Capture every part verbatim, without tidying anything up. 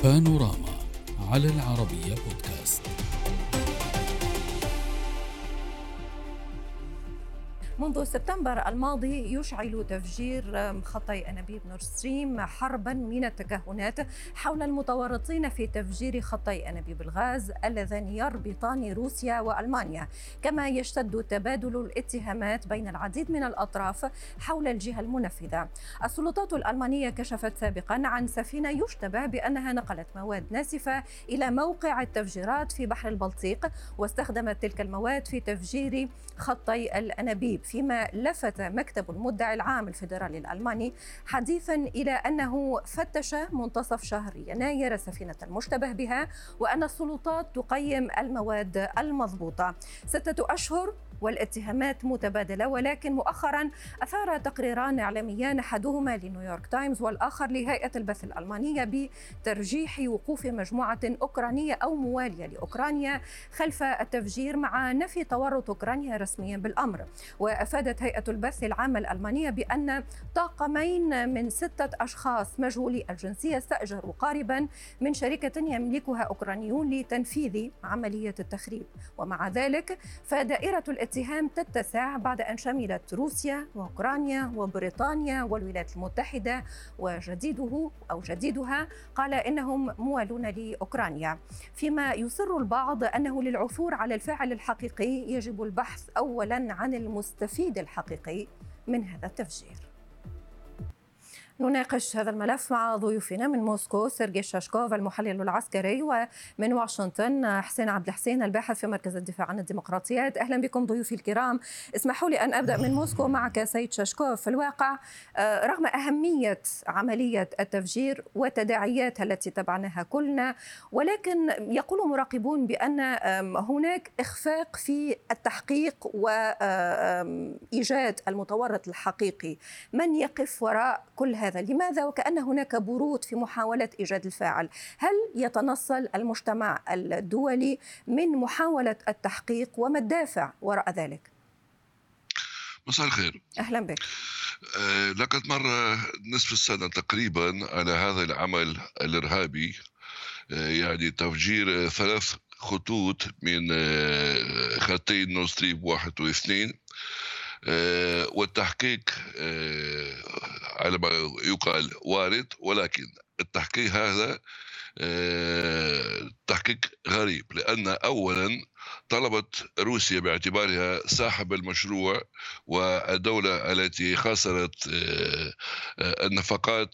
بانوراما على العربية بودكاست. منذ سبتمبر الماضي يشعل تفجير خطي أنابيب نورد ستريم حربا من التكهنات حول المتورطين في تفجير خطي أنابيب الغاز اللذان يربطان روسيا وألمانيا، كما يشتد تبادل الاتهامات بين العديد من الأطراف حول الجهة المنفذة. السلطات الألمانية كشفت سابقا عن سفينة يشتبه بأنها نقلت مواد ناسفة إلى موقع التفجيرات في بحر البلطيق، واستخدمت تلك المواد في تفجير خطي الأنابيب، فيما لفت مكتب المدعي العام الفيدرالي الألماني حديثا إلى أنه فتش منتصف شهر يناير السفينة المشتبه بها، وأن السلطات تقيم المواد المضبوطة. ستة أشهر والاتهامات متبادلة، ولكن مؤخرا أثار تقريران إعلاميان أحدهما لنيويورك تايمز والآخر لهيئة البث الألمانية بترجيح وقوف مجموعة أوكرانية أو موالية لأوكرانيا خلف التفجير، مع نفي تورط أوكرانيا رسميا بالأمر. وأفادت هيئة البث العامة الألمانية بأن طاقمين من ستة أشخاص مجهولي الجنسية استأجروا قاربا من شركة يملكها أوكرانيون لتنفيذ عملية التخريب. ومع ذلك فدائرة الاتهام تتسع بعد أن شملت روسيا وأوكرانيا وبريطانيا والولايات المتحدة، وجديده أو جديدها قال إنهم موالون لأوكرانيا، فيما يصر البعض أنه للعثور على الفاعل الحقيقي يجب البحث أولا عن المستفيد الحقيقي من هذا التفجير. نناقش هذا الملف مع ضيوفنا من موسكو سيرجي شاشكوف المحلل العسكري، ومن واشنطن حسين عبد الحسين الباحث في مركز الدفاع عن الديمقراطيات. أهلا بكم ضيوفي الكرام. اسمحوا لي أن أبدأ من موسكو معك سيد شاشكوف. في الواقع رغم أهمية عملية التفجير وتداعياتها التي تبعناها كلنا، ولكن يقول مراقبون بأن هناك إخفاق في التحقيق وإيجاد المتورط الحقيقي. من يقف وراء كل هذا؟ لماذا وكأن هناك برود في محاولة إيجاد الفاعل؟ هل يتنصل المجتمع الدولي من محاولة التحقيق، وما الدافع وراء ذلك؟ مساء الخير. أهلا بك. أه لقد مر نصف السنة تقريبا على هذا العمل الإرهابي، أه يعني تفجير ثلاث خطوط من أه خطين نورد ستريم واحد واثنين، أه والتحقيق أه على ما يقال وارد، ولكن التحقيق هذا أه تحقيق غريب، لأن أولا طلبت روسيا باعتبارها صاحب المشروع والدولة التي خسرت أه النفقات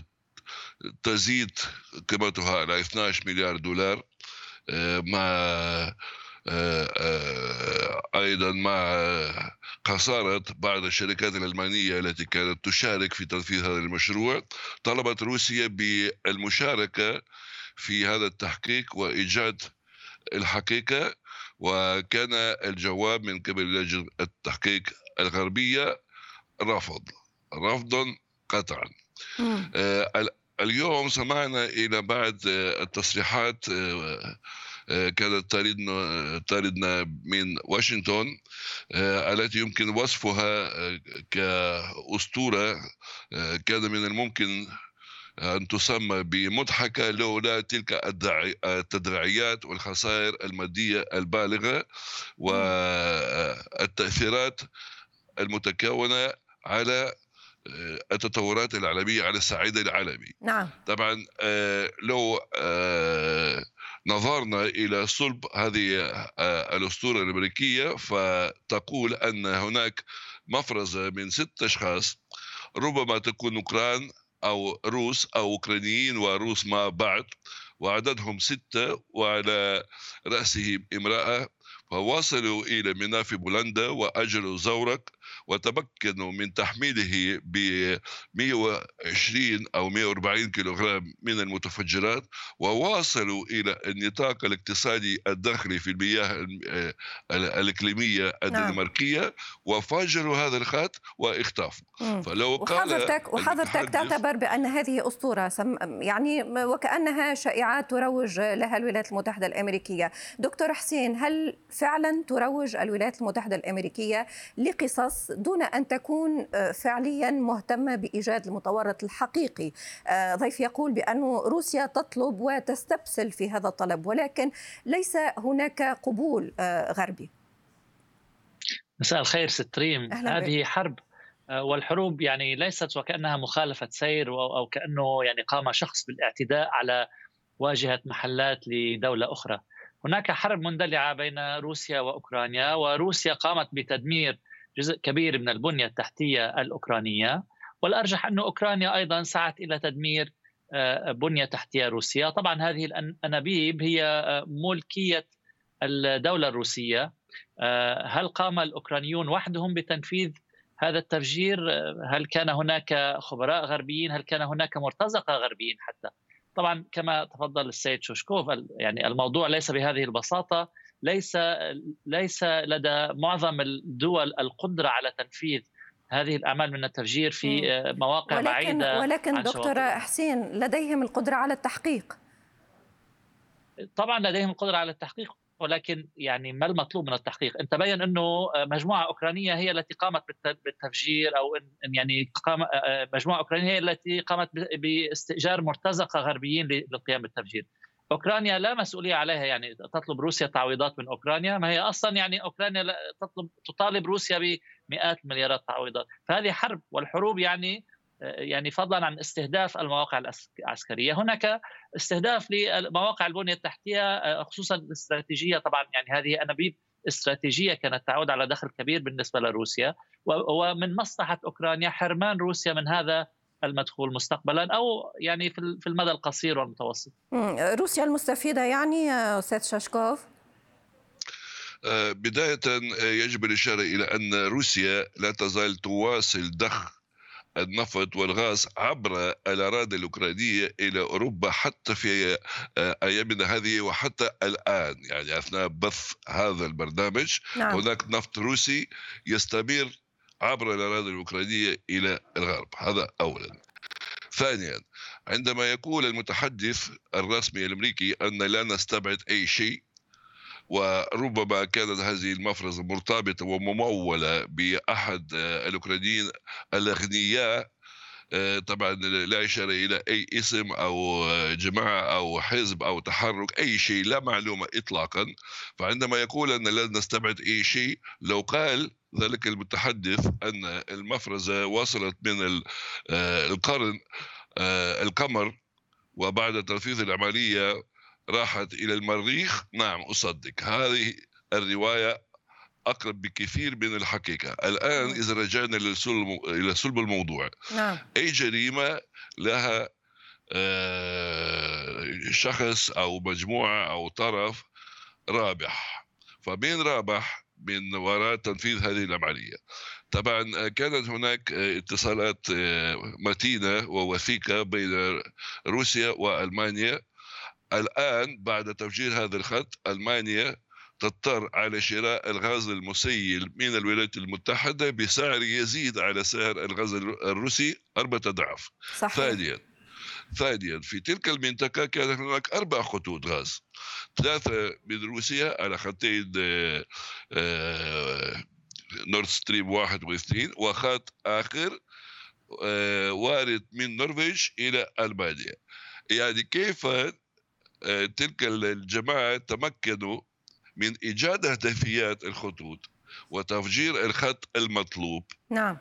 تزيد قيمتها على اثني عشر مليار دولار، أه مع أيضا مع خسارة بعض الشركات الألمانية التي كانت تشارك في تنفيذ هذا المشروع. طلبت روسيا بالمشاركة في هذا التحقيق وإيجاد الحقيقة، وكان الجواب من قبل لجنة التحقيق الغربية رفض رفضا قطعا. اليوم سمعنا إلى بعض التصريحات كانت تردنا من واشنطن التي يمكن وصفها كأسطورة كان من الممكن أن تسمى بمضحكة لولا تلك التداعيات والخسائر المادية البالغة والتأثيرات المتكونة على التطورات العالمية على الصعيد العالمي. نعم. طبعا لو نظرنا إلى صلب هذه الأسطورة الأمريكية فتقول أن هناك مفرزة من ست أشخاص، ربما تكون أوكران أو روس أو أوكرانيين وروس مع بعض، وعددهم ستة وعلى رأسهم امرأة، فوصلوا إلى منافي بولندا وأجروا زورق وتمكنوا من تحميله ب مئة وعشرين أو مئة وأربعين كيلوغرام من المتفجرات، وواصلوا إلى النطاق الاقتصادي الداخلي في المياه الإقليمية الدنماركية وفجروا هذا الخط واختفوا. فلو وحضرتك وحضرتك تعتبر بأن هذه أسطورة يعني وكأنها شائعات تروج لها الولايات المتحدة الأمريكية. دكتور حسين، هل فعلا تروج الولايات المتحدة الأمريكية لقصص الأشخاص دون أن تكون فعليا مهتمة بإيجاد المتورط الحقيقي. ضيف يقول بأن روسيا تطلب وتستبسل في هذا الطلب، ولكن ليس هناك قبول غربي. مساء الخير ستريم. هذه حرب، والحروب يعني ليست وكأنها مخالفة سير أو كأنه يعني قام شخص بالاعتداء على واجهة محلات لدولة أخرى. هناك حرب مندلعة بين روسيا وأوكرانيا، وروسيا قامت بتدمير جزء كبير من البنية التحتية الأوكرانية، والأرجح أن أوكرانيا أيضا سعت إلى تدمير بنية تحتية روسيا. طبعا هذه الأنابيب هي ملكية الدولة الروسية. هل قام الأوكرانيون وحدهم بتنفيذ هذا التفجير؟ هل كان هناك خبراء غربيين؟ هل كان هناك مرتزقة غربيين حتى؟ طبعا كما تفضل السيد شوشكوف، يعني الموضوع ليس بهذه البساطة. ليس ليس لدى معظم الدول القدرة على تنفيذ هذه الأعمال من التفجير في مواقع ولكن بعيدة. ولكن دكتور حسين، لديهم القدرة على التحقيق. طبعا لديهم القدرة على التحقيق، ولكن يعني ما المطلوب من التحقيق؟ ان تبين انه مجموعه اوكرانيه هي التي قامت بالتفجير، او ان يعني قام مجموعه اوكرانيه هي التي قامت باستئجار مرتزقه غربيين للقيام بالتفجير. اوكرانيا لا مسؤوليه عليها، يعني تطلب روسيا تعويضات من اوكرانيا؟ ما هي اصلا يعني اوكرانيا تطلب تطالب روسيا بمئات المليارات تعويضات. فهذه حرب، والحروب يعني يعني فضلا عن استهداف المواقع العسكرية، هناك استهداف لمواقع البنية التحتية خصوصا الاستراتيجية. طبعا يعني هذه أنابيب استراتيجية كانت تعود على دخل كبير بالنسبة لروسيا، ومن مصلحة أوكرانيا حرمان روسيا من هذا المدخول مستقبلا، أو يعني في المدى القصير والمتوسط. روسيا المستفيدة يعني أستاذ شاشكوف؟ بداية يجب الإشارة إلى أن روسيا لا تزال تواصل ضخ النفط والغاز عبر الأراضي الأوكرانية إلى أوروبا حتى في أيامنا هذه وحتى الآن، يعني أثناء بث هذا البرنامج. نعم. هناك نفط روسي يستمر عبر الأراضي الأوكرانية إلى الغرب، هذا أولا. ثانيا، عندما يقول المتحدث الرسمي الأمريكي أن لا نستبعد أي شيء، وربما كانت هذه المفرزة مرتبطة وممولة بأحد الأوكرانيين الأغنياء، طبعا لا إشارة إلى أي اسم أو جماعة أو حزب أو تحرك، أي شيء، لا معلومة إطلاقا. فعندما يقول أن لا نستبعد أي شيء، لو قال ذلك المتحدث أن المفرزة وصلت من القرن القمر وبعد تنفيذ العملية راحت إلى المريخ، نعم أصدق. هذه الرواية أقرب بكثير من الحقيقة. الآن إذا رجعنا إلى صلب الموضوع، نعم. أي جريمة لها شخص أو مجموعة أو طرف رابح، فمين رابح من وراء تنفيذ هذه العملية؟ طبعا كانت هناك اتصالات متينة ووثيقة بين روسيا وألمانيا. الآن بعد تفجير هذا الخط، ألمانيا تضطر على شراء الغاز المسيل من الولايات المتحدة بسعر يزيد على سعر الغاز الروسي أربعة أضعاف. ثانيا ثانيا في تلك المنطقة كان هناك أربع خطوط غاز، ثلاثة من روسيا على خطين نورد ستريم واحد واثنين، وخط آخر وارد من النرويج إلى ألمانيا. يعني كيف تلك الجماعة تمكنوا من إيجاد هدفيات الخطوط وتفجير الخط المطلوب؟ نعم.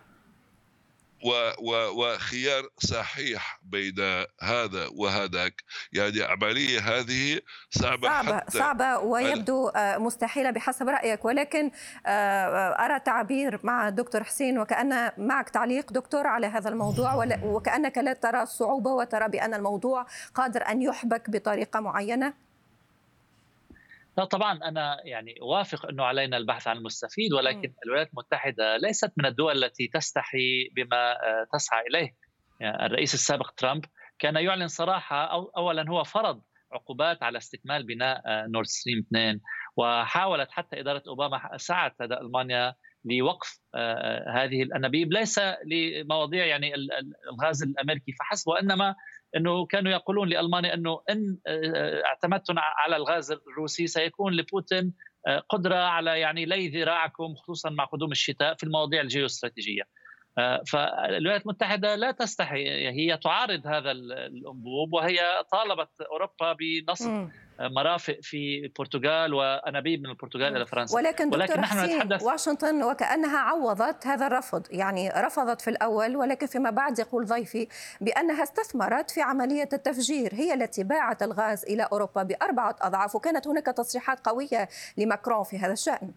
وخيار صحيح بين هذا وهذاك، يعني عملية هذه صعبة صعبة, صعبة ويبدو مستحيلة بحسب رأيك، ولكن أرى تعبير مع دكتور حسين وكأن معك تعليق دكتور على هذا الموضوع، وكأنك لا ترى الصعوبة وترى بأن الموضوع قادر أن يحبك بطريقة معينة. لا طبعا أنا يعني أوافق أنه علينا البحث عن المستفيد، ولكن الولايات المتحدة ليست من الدول التي تستحي بما تسعى إليه. يعني الرئيس السابق ترامب كان يعلن صراحة، أو أولا هو فرض عقوبات على استكمال بناء نورد ستريم اثنين، وحاولت حتى إدارة أوباما سعت لدى ألمانيا لوقف هذه الأنابيب، ليس لمواضيع يعني الغاز الأمريكي فحسب، وإنما أنه كانوا يقولون لألمانيا أنه إن اعتمدتم على الغاز الروسي سيكون لبوتين قدرة على يعني لي ذراعكم خصوصا مع قدوم الشتاء في المواضيع الجيوستراتيجية. فالولايات المتحدة لا تستحي، هي تعارض هذا الأنبوب، وهي طالبت أوروبا بنصب مرافق في البرتغال وأنابيب من البرتغال إلى فرنسا. ولكن, ولكن نحن نتحدث واشنطن وكأنها عوضت هذا الرفض، يعني رفضت في الأول ولكن فيما بعد يقول ضيفي بأنها استثمرت في عملية التفجير، هي التي باعت الغاز إلى أوروبا بأربعة أضعاف، وكانت هناك تصريحات قوية لماكرون في هذا الشأن.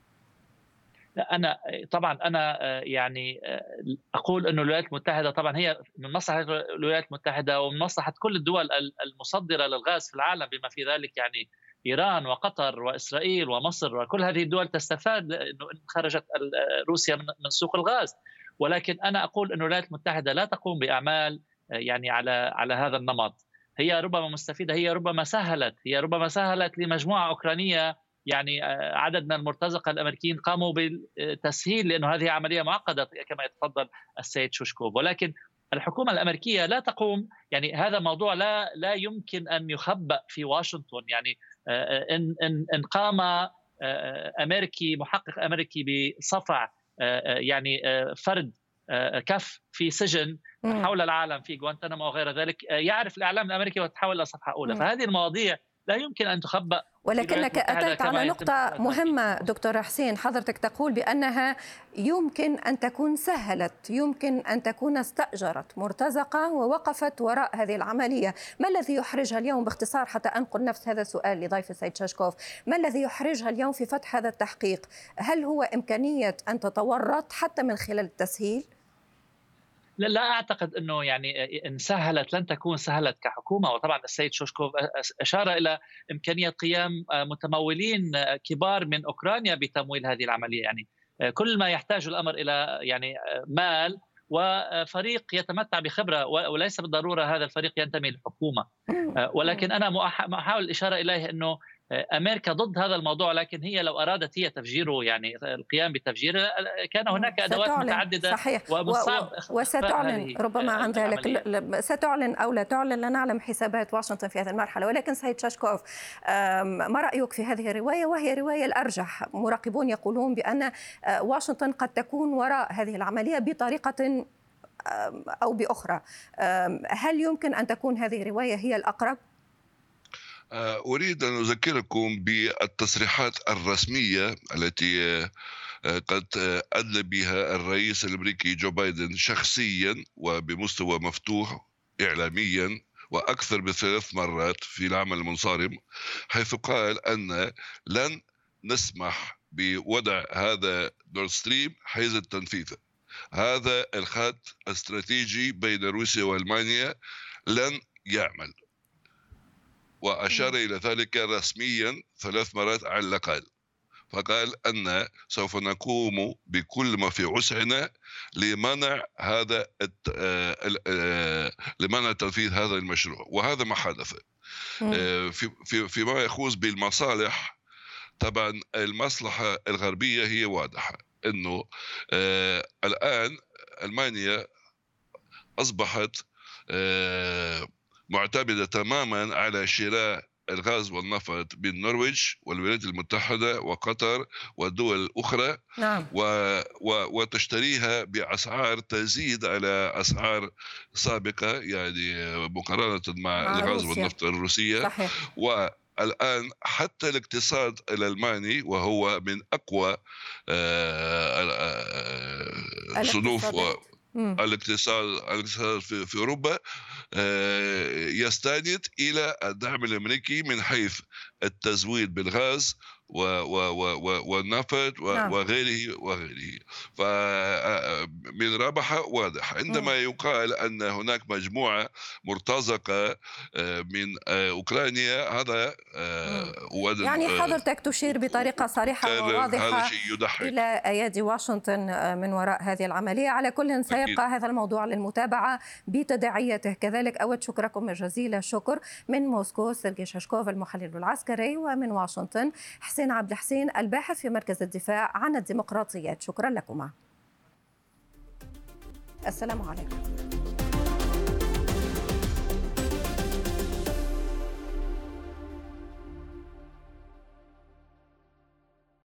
أنا طبعا أنا يعني أقول أن الولايات المتحدة طبعا هي من مصلحة الولايات المتحدة ومن مصلحة كل الدول المصدرة للغاز في العالم بما في ذلك يعني إيران وقطر وإسرائيل ومصر، وكل هذه الدول تستفاد أنه خرجت روسيا من سوق الغاز. ولكن أنا أقول أن الولايات المتحدة لا تقوم بأعمال يعني على على هذا النمط. هي ربما مستفيدة، هي ربما سهلت هي ربما سهلت لمجموعة أوكرانية، يعني عدد من المرتزقة الأمريكيين قاموا بالتسهيل لأنه هذه عملية معقدة كما يتفضل السيد شوشكوف. ولكن الحكومة الأمريكية لا تقوم، يعني هذا موضوع لا لا يمكن أن يخبأ في واشنطن. يعني إن إن إن قام أمريكي محقق أمريكي بصفع يعني فرد كف في سجن حول العالم في غوانتنامو وغير ذلك، يعرف الإعلام الأمريكي وتحول إلى صفحة أولى. فهذه المواضيع لا يمكن أن تخبأ. ولكنك أتيت على نقطة مهمة دكتور حسين، حضرتك تقول بأنها يمكن أن تكون سهلت، يمكن أن تكون استأجرت مرتزقة ووقفت وراء هذه العملية. ما الذي يحرجها اليوم، باختصار حتى أنقل نفس هذا السؤال لضيف السيد شاشكوف، ما الذي يحرجها اليوم في فتح هذا التحقيق؟ هل هو إمكانية أن تتورط حتى من خلال التسهيل؟ لا, لا أعتقد أنه يعني إن سهلت لن تكون سهلت كحكومة. وطبعا السيد شوشكوف أشار إلى إمكانية قيام متمولين كبار من أوكرانيا بتمويل هذه العملية. يعني كل ما يحتاج الأمر إلى يعني مال وفريق يتمتع بخبرة، وليس بالضرورة هذا الفريق ينتمي للحكومة. ولكن أنا أحاول الإشارة إليه أنه أمريكا ضد هذا الموضوع، لكن هي لو أرادت هي تفجيره، يعني القيام بتفجيره، كان هناك أدوات متعددة. صحيح. وستعلن ربما عن ذلك، ستعلن أو لا تعلن، لا نعلم حسابات واشنطن في هذه المرحلة. ولكن سيد شاشكوف، ما رأيك في هذه الرواية، وهي رواية الأرجح؟ مراقبون يقولون بأن واشنطن قد تكون وراء هذه العملية بطريقة أو بأخرى. هل يمكن أن تكون هذه الرواية هي الأقرب؟ أريد أن أذكركم بالتصريحات الرسمية التي قد أدلى بها الرئيس الأمريكي جو بايدن شخصيا وبمستوى مفتوح إعلاميا وأكثر بثلاث مرات في العمل المنصرم، حيث قال أن لن نسمح بوضع هذا نورد ستريم حيز التنفيذ. هذا الخط استراتيجي بين روسيا وألمانيا لن يعمل، وأشار إلى ذلك رسميا ثلاث مرات على الأقل. فقال أن سوف نقوم بكل ما في وسعنا لمنع هذا لمنع تنفيذ هذا المشروع، وهذا ما حدث. في في فيما يخص بالمصالح، طبعا المصلحة الغربية هي واضحة، أنه الآن ألمانيا أصبحت معتمدة تماما على شراء الغاز والنفط بالنرويج والولايات المتحدة وقطر والدول الأخرى. نعم. و و وتشتريها بأسعار تزيد على أسعار سابقة، يعني مقارنة مع, مع الغاز روسيا. والنفط الروسية. صحيح. والآن حتى الاقتصاد الألماني، وهو من أقوى صنوف الاقتصاد الاقتصاد في, في اوروبا، يستند الى الدعم الامريكي من حيث التزويد بالغاز والنفط وغيره وغيره. فمن رابحة واضح عندما يقال أن هناك مجموعة مرتزقة من أوكرانيا، هذا يعني حضرتك تشير بطريقة صريحة وواضحة إلى أيادي واشنطن من وراء هذه العملية. على كل سيبقى هذا الموضوع للمتابعة بتداعياته. كذلك أود شكركم جزيل الشكر من موسكو سيرجي شاشكوف المحلل العسكري، ومن واشنطن حسين عبد الحسين الباحث في مركز الدفاع عن الديمقراطيات. شكرا لكما. السلام عليكم.